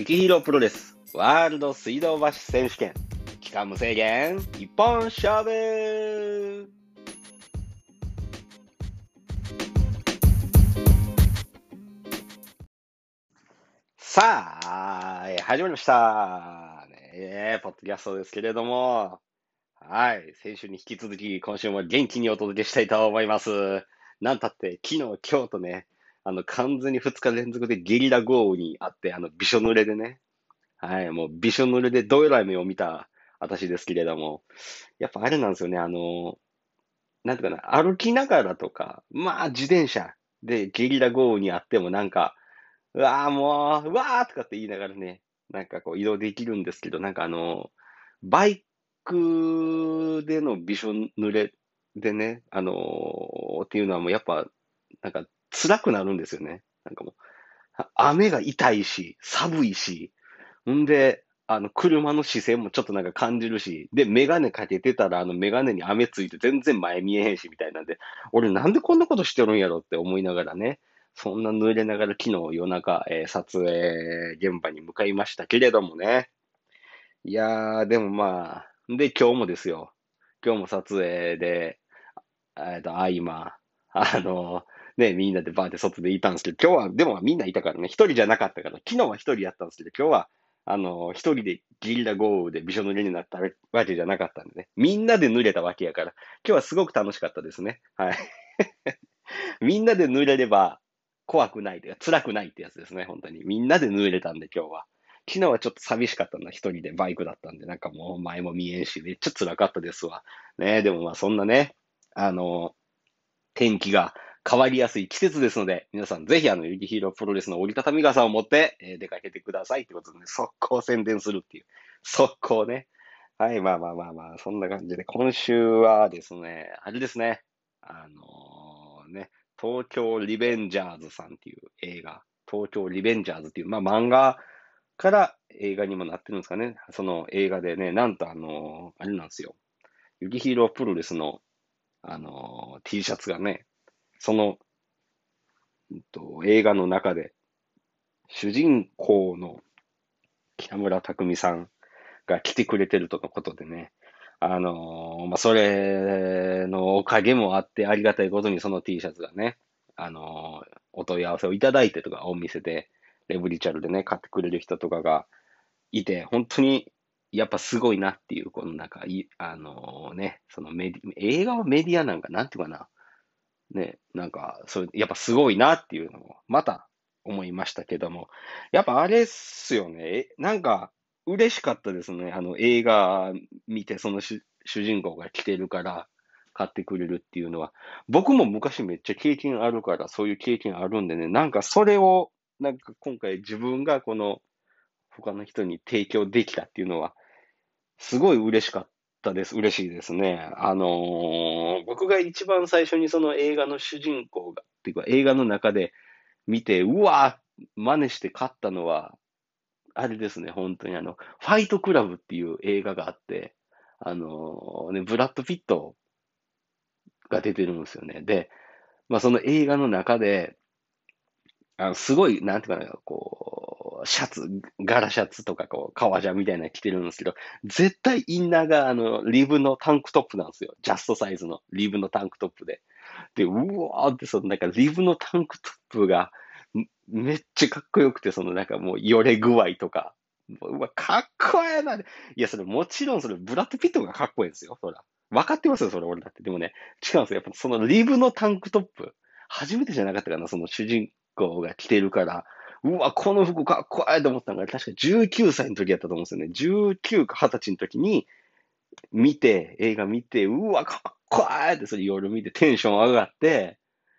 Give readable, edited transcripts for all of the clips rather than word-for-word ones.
雪広プロレスワールド水道橋選手権期間無制限一本勝負。さあ、始まりました、ポッドキャストですけれども、はい、先週に引き続き今週も元気にお届けしたいと思います。なんたって昨日今日とね、完全に2日連続でゲリラ豪雨にあって、びしょ濡れでね、はい、もうびしょ濡れでドエラメを見た私ですけれども、やっぱあれなんですよね、なんていうかな、歩きながらとか、まあ自転車でゲリラ豪雨にあってもうわーもう、うわーとかって言いながらね、こう移動できるんですけど、バイクでのびしょ濡れでね、っていうのはもうやっぱ、辛くなるんですよね。もう、雨が痛いし、寒いし、んで、車の視線もちょっと感じるし、で、メガネかけてたら、メガネに雨ついて全然前見えへんし、みたいなんで、俺なんでこんなことしてるんやろって思いながらね、そんな濡れながら昨日夜中、撮影現場に向かいましたけれどもね。いやー、でもまあ、で、今日もですよ。今日も撮影で、合間、みんなでバーで外でいたんですけど、今日は、でもみんないたからね、一人じゃなかったから、昨日は一人やったんですけど、今日は、一人でゲリラ豪雨でびしょ濡れになったわけじゃなかったんでね、みんなで濡れたわけやから、今日はすごく楽しかったですね。はい。みんなで濡れれば怖くないというか、辛くないってやつですね、本当に。みんなで濡れたんで、今日は。昨日はちょっと寂しかったな、一人でバイクだったんで、もう前も見えんし、めっちゃ辛かったですわ。ね、でもまあそんなね、あの、天気が変わりやすい季節ですので、皆さんぜひ雪広プロレスの折りたたみ傘を持って、出かけてくださいってことでね、速攻宣伝するっていう。速攻ね。はい、まあ、そんな感じで、今週はですね、あれですね、東京リベンジャーズさんっていう映画、東京リベンジャーズっていう、まあ漫画から映画にもなってるんですかね。その映画でね、なんとあれなんですよ。雪広プロレスのT シャツがね、その、映画の中で、主人公の北村匠海さんが来てくれてるとのことでね、まあ、それのおかげもあってありがたいことにその T シャツがね、お問い合わせをいただいてとか、お店で、レブリチャルでね、買ってくれる人とかがいて、本当に、やっぱすごいなっていう、このその映画はメディアなんかなんていうかな、ね、それ、やっぱすごいなっていうのを、また思いましたけども、やっぱあれっすよね、嬉しかったですね。映画見て、その主人公が来てるから、買ってくれるっていうのは。僕も昔めっちゃ経験あるから、そういう経験あるんでね、それを、今回自分がこの、他の人に提供できたっていうのは、すごい嬉しかったです。嬉しいですね。僕が一番最初にその映画の主人公が、っていうか映画の中で見て、うわー真似して買ったのは、あれですね、本当にファイトクラブっていう映画があって、ブラッド・ピットが出てるんですよね。で、まあその映画の中で、すごい、なんていうかな、こう、柄シャツとか、こう、革ジャンみたいなの着てるんですけど、絶対インナーが、リブのタンクトップなんですよ。ジャストサイズのリブのタンクトップで。で、うわーって、リブのタンクトップが、めっちゃかっこよくて、もう、よれ具合とか、うわ、かっこええな。いや、それ、もちろん、ブラッド・ピットがかっこいいんですよ。そら。分かってますよ、それ、俺だって。でもね、違うんですよ。やっぱ、そのリブのタンクトップ。初めてじゃなかったかな、その主人公が着てるから、うわ、この服かっこいいと思ったのが、確か19歳の時やったと思うんですよね。19か20歳の時に映画見て、うわ、かっこいいってそれ夜見てテンション上がって、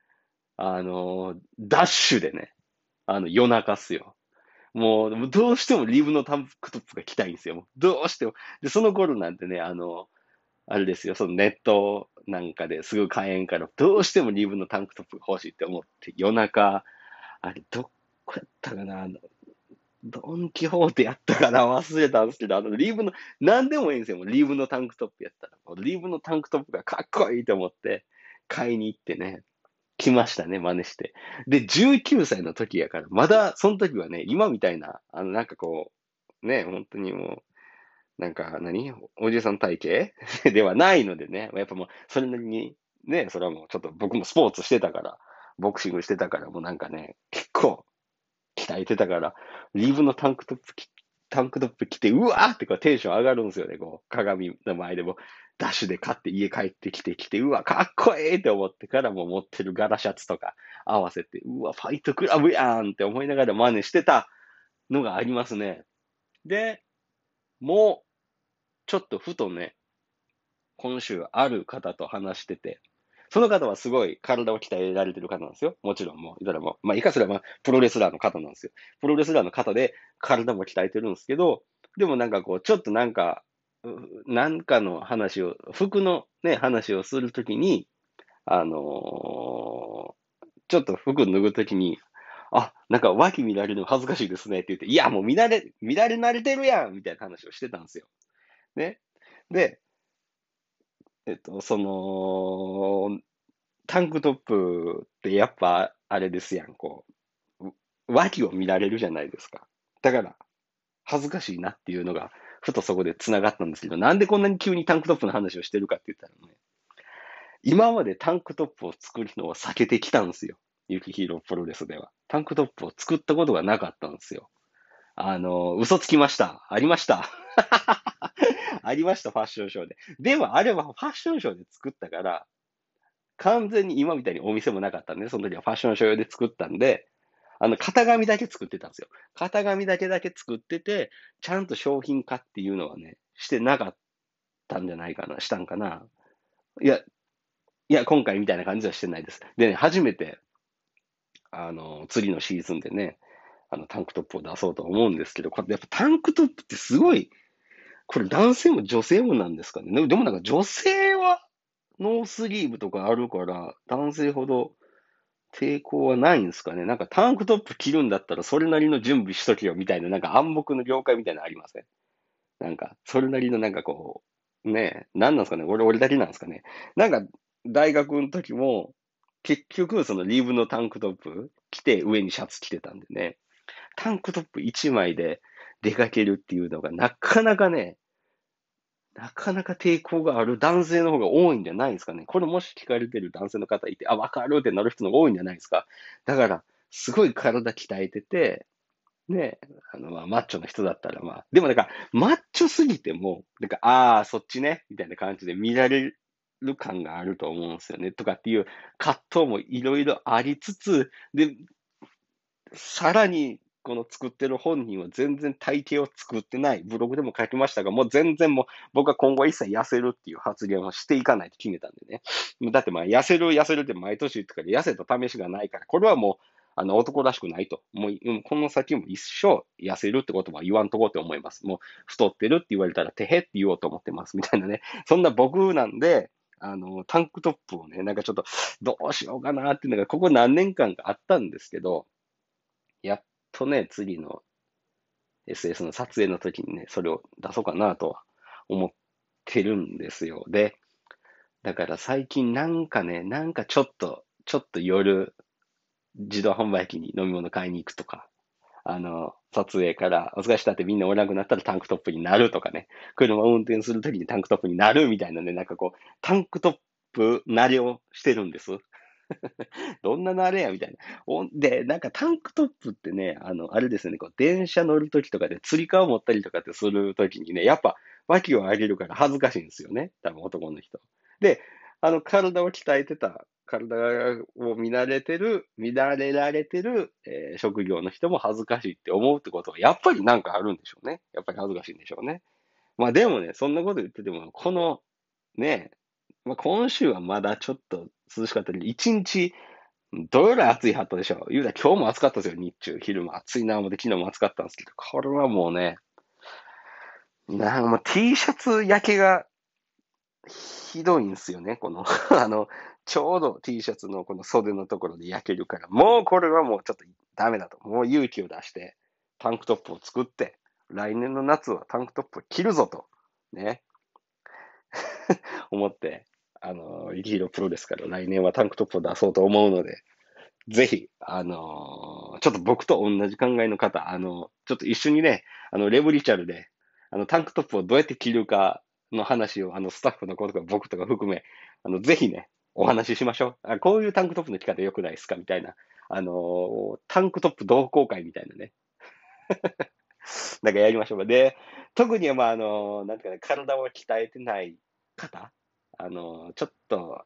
ダッシュでね、夜中っすよ。もう、どうしてもリブのタンクトップが着たいんですよ。もうどうしても。で、その頃なんてね、あれですよ、そのネットなんかですぐ買えんから、どうしてもリブのタンクトップが欲しいって思って、夜中、あれ、どこやったかな、ドンキホーテやったかな、忘れたんですけど、リーブの、なんでもいいんですよ、もうリーブのタンクトップやったら。もうリーブのタンクトップがかっこいいと思って、買いに行ってね、 来ましたね、真似して。で、19歳の時やから、まだ、その時はね、今みたいな、なんかこう、ね、本当にもう、なんかおじさん体型ではないのでね、やっぱもう、それなりに、ね、それはもうちょっと僕もスポーツしてたから、ボクシングしてたから、もうなんかね、結構鍛えてたから、リーブのタンクトップ着て、うわーってこうテンション上がるんですよね、こう、鏡の前でも、ダッシュで買って家帰ってきて、うわ、かっこいいって思ってからもう持ってるガラシャツとか合わせて、うわ、ファイトクラブやんって思いながら真似してたのがありますね。で、もう、ちょっとふとね、今週ある方と話してて、その方はすごい体を鍛えられてる方なんですよ。もちろんもう、言ったらもう、まあ、いかすらまあ、プロレスラーの方なんですよ。プロレスラーの方で体も鍛えてるんですけど、でもなんかこう、ちょっとなんか、なんかの話を、服のね、話をするときに、ちょっと服脱ぐときに、あ、なんか脇見られるの恥ずかしいですねって言って、いや、もう見られ慣れてるやんみたいな話をしてたんですよ。ね。で、その、タンクトップってやっぱあれですやん、こう、脇を見られるじゃないですか。だから、恥ずかしいなっていうのが、ふとそこで繋がったんですけど、なんでこんなに急にタンクトップの話をしてるかって言ったらね、今までタンクトップを作るのを避けてきたんですよ。ユキヒーロープロレスでは。タンクトップを作ったことがなかったんですよ。嘘つきました。ありました。ありました、ファッションショーで。でも、あれはファッションショーで作ったから、完全に今みたいにお店もなかったんで、その時はファッションショー用で作ったんで、型紙だけ作ってたんですよ。型紙だけ作ってて、ちゃんと商品化っていうのはね、してなかったんじゃないかな、したんかな。いや、今回みたいな感じはしてないです。でね、初めて、釣りのシーズンでね、タンクトップを出そうと思うんですけど、これやっぱタンクトップってすごい、これ男性も女性もなんですかね。でもなんか女性はノースリーブとかあるから、男性ほど抵抗はないんですかね。なんかタンクトップ着るんだったらそれなりの準備しとけよみたいな、なんか暗黙の了解みたいなのありません？なんか、それなりのなんかこう、ねえ、なんなんですかね。俺だけなんですかね。なんか、大学の時も、結局そのリーブのタンクトップ着て上にシャツ着てたんでね。タンクトップ1枚で出かけるっていうのがなかなかね、なかなか抵抗がある男性の方が多いんじゃないですかね。これもし聞かれてる男性の方いて、あ、わかるってなる人の方が多いんじゃないですか。だから、すごい体鍛えてて、ね、まあ、マッチョの人だったら、まあ、でもなんか、マッチョすぎても、なんか、ああ、そっちね、みたいな感じで見られる感があると思うんですよね。とかっていう葛藤もいろいろありつつ、で、さらに、この作ってる本人は全然体型を作ってない。ブログでも書きましたが、もう全然もう僕は今後は一切痩せるっていう発言をしていかないと決めたんでね。だってまあ痩せるって毎年言ってから痩せた試しがないから、これはもう男らしくないと。もうこの先も一生痩せるってことは言わんとこうって思います。もう太ってるって言われたらてへって言おうと思ってます。みたいなね。そんな僕なんで、タンクトップをね、なんかちょっとどうしようかなっていうのがここ何年間かあったんですけど、やっとね、次の SS の撮影の時にね、それを出そうかなとは思ってるんですよ。で、だから最近なんかね、なんかちょっと夜、自動販売機に飲み物買いに行くとか、撮影からお疲れしたってみんなおらなくなったらタンクトップになるとかね、車を運転するときにタンクトップになるみたいなね、なんかこう、タンクトップ慣れをしてるんです。どんなのあれやみたいな。で、なんかタンクトップってね、あれですね、こう、電車乗るときとかで釣り革持ったりとかってするときにね、やっぱ脇を上げるから恥ずかしいんですよね。多分男の人。で、体を鍛えてた、体を見慣れられてる、職業の人も恥ずかしいって思うってことは、やっぱりなんかあるんでしょうね。やっぱり恥ずかしいんでしょうね。まあでもね、そんなこと言ってても、この、ね、まあ、今週はまだちょっと涼しかったり、一日どれぐらい暑いはったでしょう。言うたら今日も暑かったですよ、日中。昼も暑いな、思って昨日も暑かったんですけど、これはもうね、なんかもう T シャツ焼けがひどいんですよね、このちょうど T シャツのこの袖のところで焼けるから、もうこれはもうちょっとダメだと。もう勇気を出して、タンクトップを作って、来年の夏はタンクトップを着るぞと、ね、思って、 力宏プロレスから来年はタンクトップを出そうと思うので、ぜひ、ちょっと僕と同じ考えの方、ちょっと一緒にね、レブリチャルで、タンクトップをどうやって着るかの話を、スタッフの子とか僕とか含め、ぜひね、お話ししましょう。こういうタンクトップの着方良くないですかみたいな。タンクトップ同好会みたいなね。なんかやりましょうか。で、特にまあ、なんていうかね、体を鍛えてない方、ちょっと、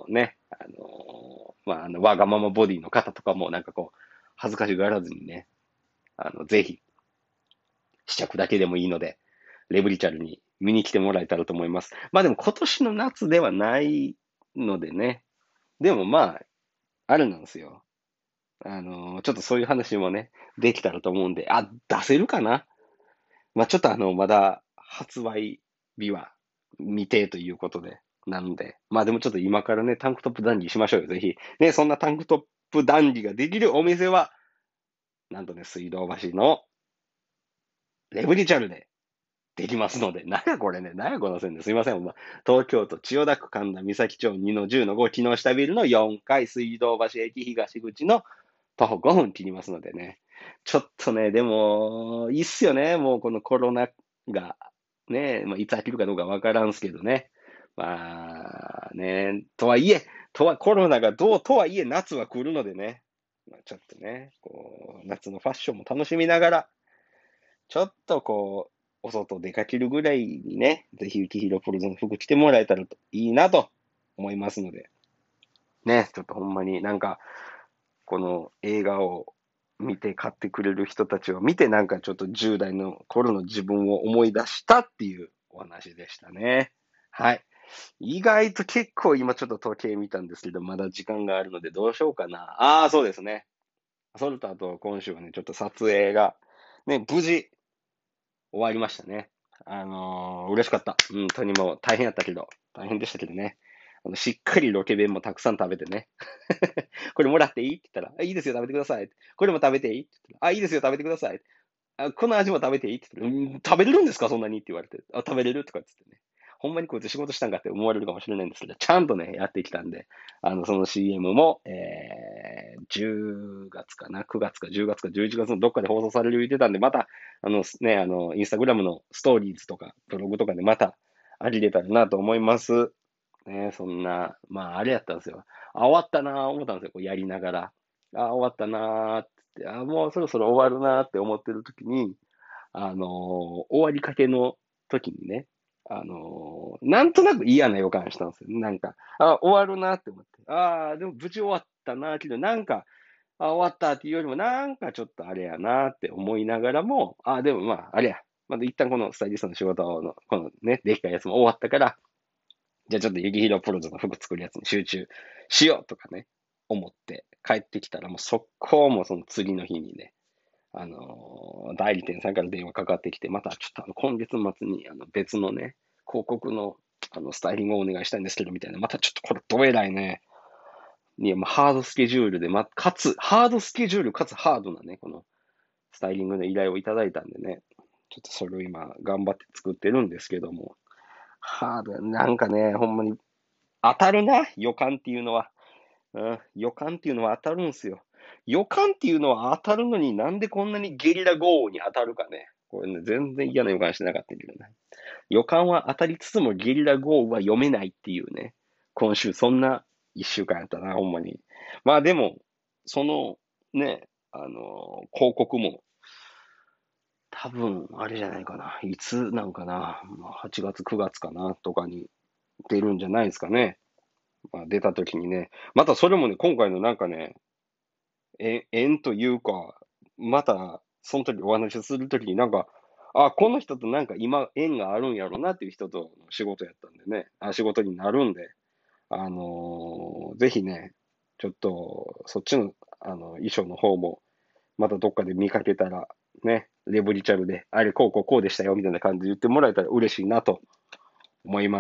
まあ、わがままボディの方とかも、なんかこう、恥ずかしがらずにね、ぜひ、試着だけでもいいので、レブリチャルに見に来てもらえたらと思います。まあでも今年の夏ではないのでね、でもまあ、あれなんですよ。ちょっとそういう話もね、できたらと思うんで、出せるかな。まあちょっとまだ発売日は未定ということで、なので、まあでもちょっと今からね、タンクトップ談義しましょうよ、ぜひ。ね、そんなタンクトップ談義ができるお店は、なんとね、水道橋のレブリチャルでできますので、なんやこれね、なんやこの線ですいません。東京都千代田区神田三崎町2-10-5木下ビルの4階水道橋駅東口の徒歩5分切りますのでね。ちょっとね、でも、いいっすよね。もうこのコロナが、ね、まあ、いつ飽きるかどうかわからんすけどね。まあね、コロナがどうとはいえ夏は来るのでね。まあ、ちょっとね、こう、夏のファッションも楽しみながら、ちょっとこう、お外出かけるぐらいにね、ぜひ雪広プロズの服着てもらえたらいいなと思いますので、ね、ちょっとほんまになんか、この映画を見て買ってくれる人たちを見て、なんかちょっと10代の頃の自分を思い出したっていうお話でしたね。はい。意外と結構今ちょっと時計見たんですけど、まだ時間があるのでどうしようかな。そうですね。それとあと今週はね、ちょっと撮影が、ね、無事終わりましたね。嬉しかった。本当にもう大変やったけど、大変でしたけどね。しっかりロケ弁もたくさん食べてね。これもらっていいって言ったら、いいですよ、食べてください。これも食べていいって言ったら、いいですよ、食べてください。この味も食べていいって言ったら、食べれるんですかそんなにって言われて。食べれるとか言ってね。ほんまにこいつ仕事したんかって思われるかもしれないんですけど、ちゃんとね、やってきたんで、その CM も、10月かな、9月か10月か11月のどっかで放送される言ってたんで、また、インスタグラムのストーリーズとか、ブログとかでまた、ありれたらなと思います。ね、そんな、まあ、あれやったんですよ。終わったなー思ったんですよ、こうやりながら。終わったなーって、もうそろそろ終わるなーって思ってる時に、終わりかけの時にね、なんとなく嫌な予感したんですよ。なんか、終わるなって思って。でも無事終わったなけど、なんか、終わったっていうよりも、なんかちょっとあれやなって思いながらも、でもまあ、あれや。まだ一旦このスタイリストの仕事の、このね、できたやつも終わったから、じゃあちょっとユキヒロプロズの服作るやつに集中しようとかね、思って帰ってきたらもう速攻もその次の日にね、代理店さんから電話かかってきて、またちょっと今月末に別のね、広告のスタイリングをお願いしたいんですけど、みたいな。またちょっとこれどえらいね。ハードスケジュールで、ハードスケジュールかつハードなね、このスタイリングの依頼をいただいたんでね、ちょっとそれを今頑張って作ってるんですけども、ハード、なんかね、ほんまに当たるな、予感っていうのは。予感っていうのは当たるんすよ。予感っていうのは当たるのになんでこんなにゲリラ豪雨に当たるかね。これね、全然嫌な予感してなかったけどね。予感は当たりつつもゲリラ豪雨は読めないっていうね。今週そんな一週間やったな、ほんまに。まあでも、そのね、広告も多分あれじゃないかな。いつなんかな。8月、9月かなとかに出るんじゃないですかね。まあ、出た時にね。またそれもね、今回のなんかね、縁というか、また、その時お話しするときになんか、この人となんか今縁があるんやろなっていう人との仕事やったんでね、仕事になるんで、ぜひね、ちょっと、そっちの、衣装の方も、またどっかで見かけたら、ね、レブリチャルで、あれ、こうでしたよ、みたいな感じで言ってもらえたら嬉しいなと思います。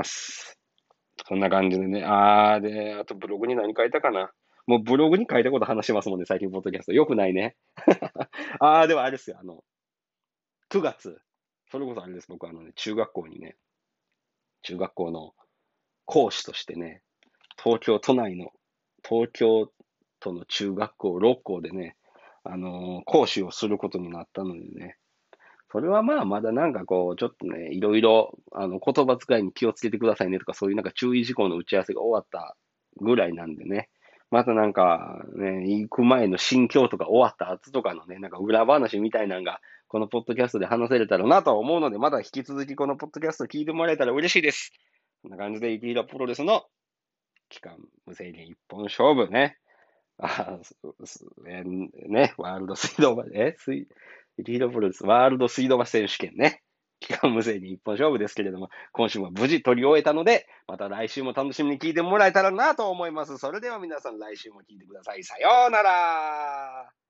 そんな感じでね。で、あとブログに何書いたかな。もうブログに書いたこと話しますもんね、最近、ポッドキャスト。よくないね。でもあれですよ、9月。それこそあれです、僕中学校にね、中学校の講師としてね、東京都内の、東京都の中学校6校でね、講師をすることになったのでね、それはまあまだなんかこう、ちょっとね、いろいろ、言葉遣いに気をつけてくださいねとか、そういうなんか注意事項の打ち合わせが終わったぐらいなんでね、またなんかね、行く前の心境とか終わった後とかのね、なんか裏話みたいなのが、このポッドキャストで話せれたらなと思うので、まだ引き続きこのポッドキャスト聞いてもらえたら嬉しいです。こんな感じで、イキヒロプロレスの期間無制限一本勝負ね。ね、ワールド水道橋、リードプロレスワールド水道橋選手権ね。期間無制限一本勝負ですけれども、今週も無事取り終えたので、また来週も楽しみに聞いてもらえたらなと思います。それでは皆さん来週も聞いてください。さようなら。